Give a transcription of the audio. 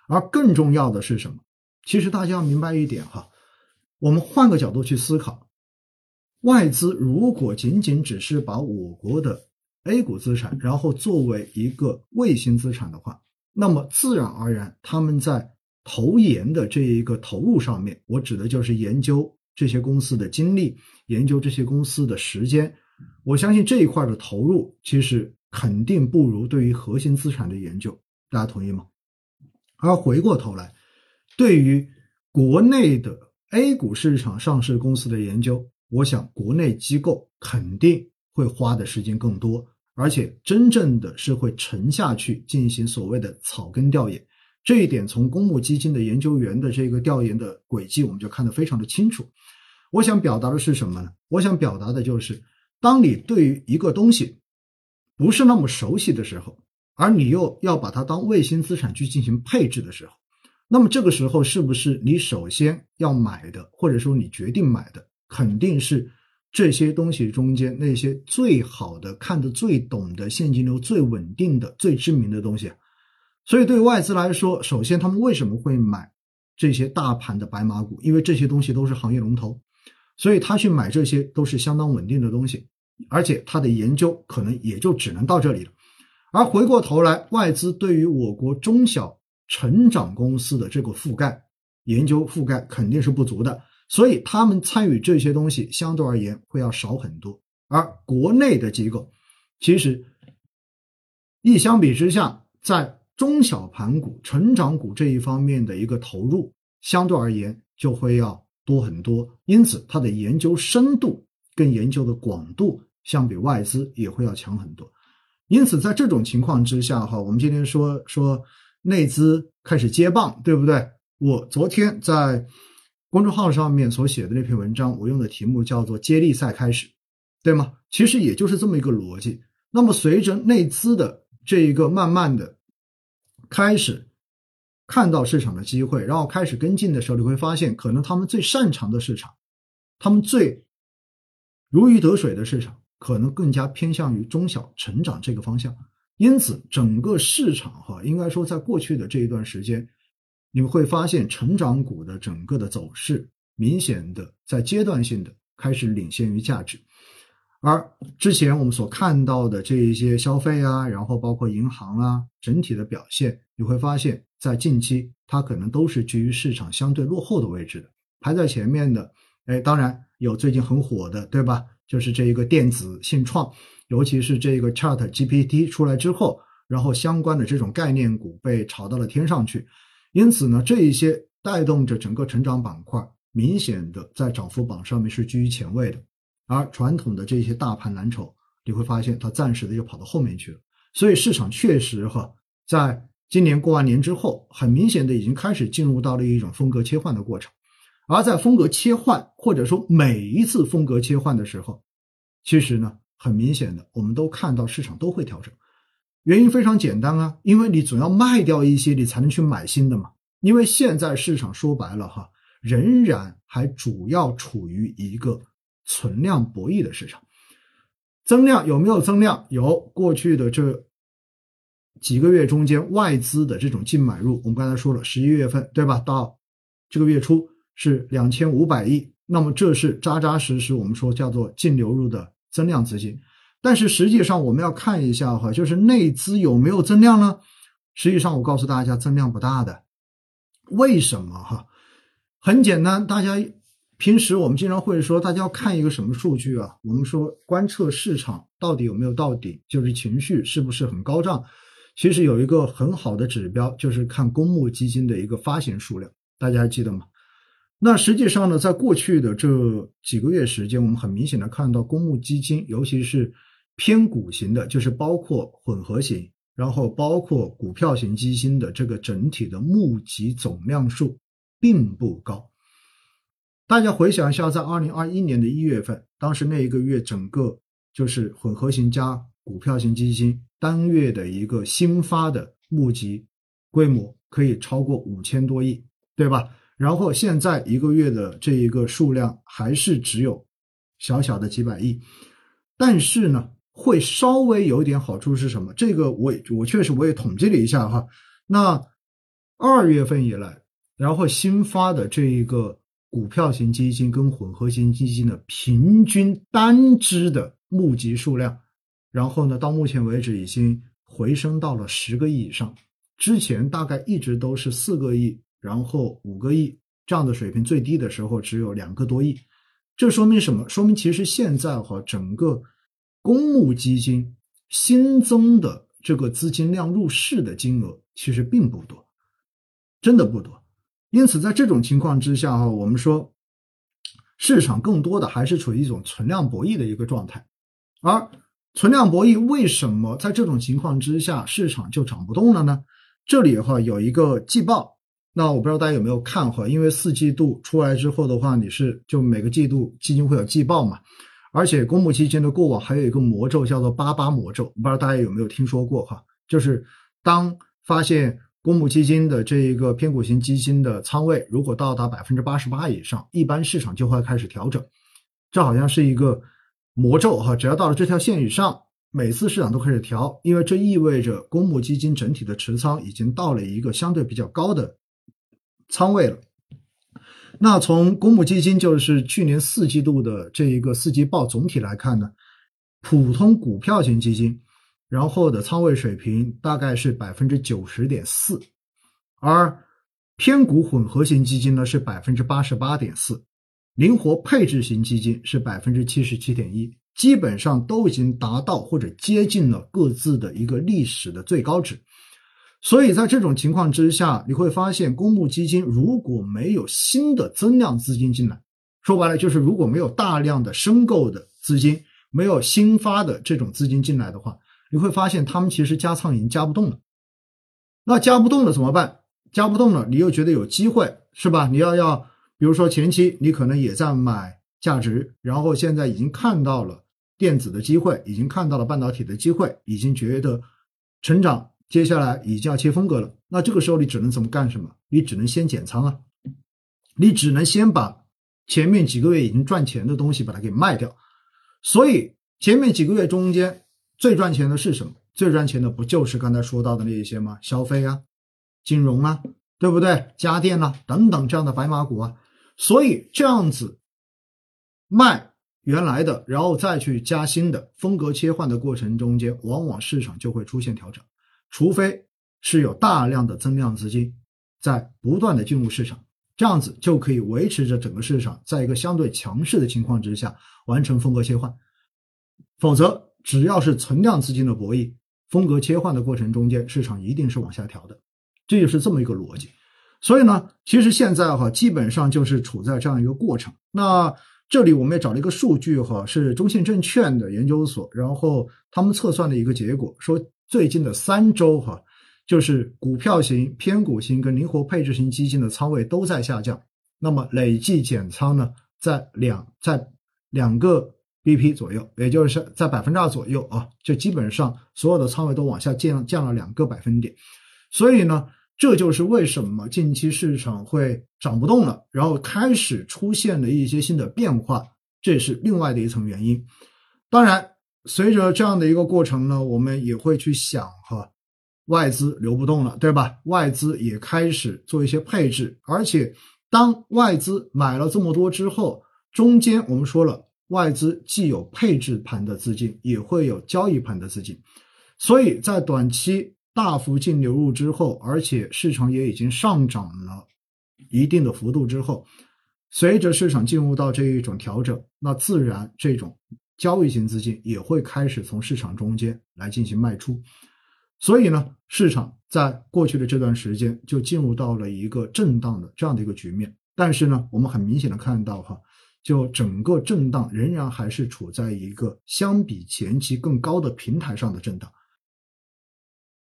而更重要的是什么？其实大家要明白一点哈，我们换个角度去思考，外资如果仅仅只是把我国的 A 股资产然后作为一个卫星资产的话，那么自然而然他们在投研的这一个投入上面，我指的就是研究这些公司的精力，研究这些公司的时间，我相信这一块的投入其实肯定不如对于核心资产的研究，大家同意吗？而回过头来，对于国内的 A 股市场上市公司的研究，我想国内机构肯定会花的时间更多，而且真正的是会沉下去进行所谓的草根调研。这一点从公募基金的研究员的这个调研的轨迹我们就看得非常的清楚。我想表达的是什么呢？我想表达的就是当你对于一个东西不是那么熟悉的时候，而你又要把它当卫星资产去进行配置的时候，那么这个时候是不是你首先要买的，或者说你决定买的，肯定是这些东西中间那些最好的、看得最懂的、现金流最稳定的、最知名的东西。所以对外资来说，首先他们为什么会买这些大盘的白马股？因为这些东西都是行业龙头，所以他去买这些都是相当稳定的东西，而且他的研究可能也就只能到这里了。而回过头来，外资对于我国中小成长公司的这个覆盖，研究覆盖肯定是不足的，所以他们参与这些东西相对而言会要少很多。而国内的机构其实一相比之下，在中小盘股、成长股这一方面的一个投入相对而言就会要多很多，因此它的研究深度跟研究的广度相比外资也会要强很多。因此在这种情况之下我们今天说内资开始接棒，对不对？我昨天在公众号上面所写的那篇文章，我用的题目叫做接力赛开始，对吗？其实也就是这么一个逻辑。那么随着内资的这一个慢慢的开始看到市场的机会，然后开始跟进的时候，你会发现可能他们最擅长的市场，他们最如鱼得水的市场，可能更加偏向于中小成长这个方向。因此整个市场应该说在过去的这一段时间，你们会发现成长股的整个的走势明显的在阶段性的开始领先于价值。而之前我们所看到的这一些消费啊，然后包括银行啊，整体的表现，你会发现在近期它可能都是居于市场相对落后的位置的。排在前面的当然有最近很火的，对吧？就是这一个电子信创，尤其是这个 ChatGPT 出来之后，然后相关的这种概念股被炒到了天上去。因此呢，这一些带动着整个成长板块明显的在涨幅榜上面是居于前位的。而传统的这些大盘蓝筹，你会发现它暂时的就跑到后面去了。所以市场确实在今年过完年之后，很明显的已经开始进入到了一种风格切换的过程。而在风格切换，或者说每一次风格切换的时候，其实呢，很明显的我们都看到市场都会调整。原因非常简单啊，因为你总要卖掉一些，你才能去买新的嘛。因为现在市场说白了仍然还主要处于一个存量博弈的市场。增量有没有增量？有，过去的这几个月中间外资的这种净买入，我们刚才说了11月份对吧，到这个月初是2500亿，那么这是扎扎实实我们说叫做净流入的增量资金。但是实际上我们要看一下就是内资有没有增量呢？实际上我告诉大家增量不大的。为什么很简单，大家平时我们经常会说大家要看一个什么数据啊？我们说观测市场到底有没有到顶，就是情绪是不是很高涨。其实有一个很好的指标，就是看公募基金的一个发行数量，大家还记得吗？那实际上呢，在过去的这几个月时间，我们很明显的看到公募基金，尤其是偏股型的，就是包括混合型，然后包括股票型基金的这个整体的募集总量数并不高。大家回想一下，在2021年的1月份，当时那一个月整个就是混合型加股票型基金单月的一个新发的募集规模可以超过5000多亿，对吧？然后现在一个月的这一个数量还是只有小小的几百亿，但是呢，会稍微有一点好处是什么？这个我确实也统计了一下那 2月份以来，然后新发的这一个股票型基金跟混合型基金的平均单只的募集数量，然后呢，到目前为止已经回升到了10个亿以上。之前大概一直都是4个亿，然后5个亿这样的水平，最低的时候只有2个多亿。这说明什么？说明其实现在整个公募基金新增的这个资金量入市的金额其实并不多，真的不多。因此在这种情况之下我们说市场更多的还是处于一种存量博弈的一个状态。而存量博弈为什么在这种情况之下市场就涨不动了呢？这里有一个季报，那我不知道大家有没有看因为4季度出来之后的话，就每个季度基金会有季报嘛，而且公募基金的过往还有一个魔咒叫做88魔咒，不知道大家有没有听说过就是当发现公募基金的这一个偏股型基金的仓位如果到达 88% 以上，一般市场就会开始调整。这好像是一个魔咒只要到了这条线以上，每次市场都开始调，因为这意味着公募基金整体的持仓已经到了一个相对比较高的仓位了。那从公募基金就是去年4季度的这一个4季报总体来看呢，普通股票型基金然后的仓位水平大概是 90.4%， 而偏股混合型基金呢是 88.4%， 灵活配置型基金是 77.1%， 基本上都已经达到或者接近了各自的一个历史的最高值。所以在这种情况之下，你会发现公募基金如果没有新的增量资金进来，说白了就是如果没有大量的申购的资金，没有新发的这种资金进来的话，你会发现他们其实加仓已经加不动了。那加不动了怎么办？加不动了你又觉得有机会是吧？你要比如说前期你可能也在买价值，然后现在已经看到了电子的机会，已经看到了半导体的机会，已经觉得成长接下来已经要切风格了，那这个时候你只能怎么干什么？你只能先减仓你只能先把前面几个月已经赚钱的东西把它给卖掉。所以前面几个月中间最赚钱的是什么？最赚钱的不就是刚才说到的那一些吗？消费金融对不对？家电等等这样的白马股所以这样子卖原来的，然后再去加新的，风格切换的过程中间，往往市场就会出现调整，除非是有大量的增量资金在不断的进入市场，这样子就可以维持着整个市场在一个相对强势的情况之下完成风格切换。否则只要是存量资金的博弈，风格切换的过程中间市场一定是往下调的，这就是这么一个逻辑。所以呢，其实现在基本上就是处在这样一个过程。那这里我们也找了一个数据是中信证券的研究所，然后他们测算的一个结果，说最近的3周就是股票型、偏股型跟灵活配置型基金的仓位都在下降，那么累计减仓呢在2个 BP 左右，也就是在 2% 左右就基本上所有的仓位都往下降了2个百分点。所以呢，这就是为什么近期市场会涨不动了，然后开始出现了一些新的变化，这是另外的一层原因。当然随着这样的一个过程呢，我们也会去想外资流不动了，对吧？外资也开始做一些配置，而且当外资买了这么多之后，中间我们说了，外资既有配置盘的资金，也会有交易盘的资金，所以在短期大幅净流入之后，而且市场也已经上涨了一定的幅度之后，随着市场进入到这一种调整，那自然这种交易型资金也会开始从市场中间来进行卖出。所以呢，市场在过去的这段时间就进入到了一个震荡的这样的一个局面。但是呢，我们很明显的看到就整个震荡仍然还是处在一个相比前期更高的平台上的震荡。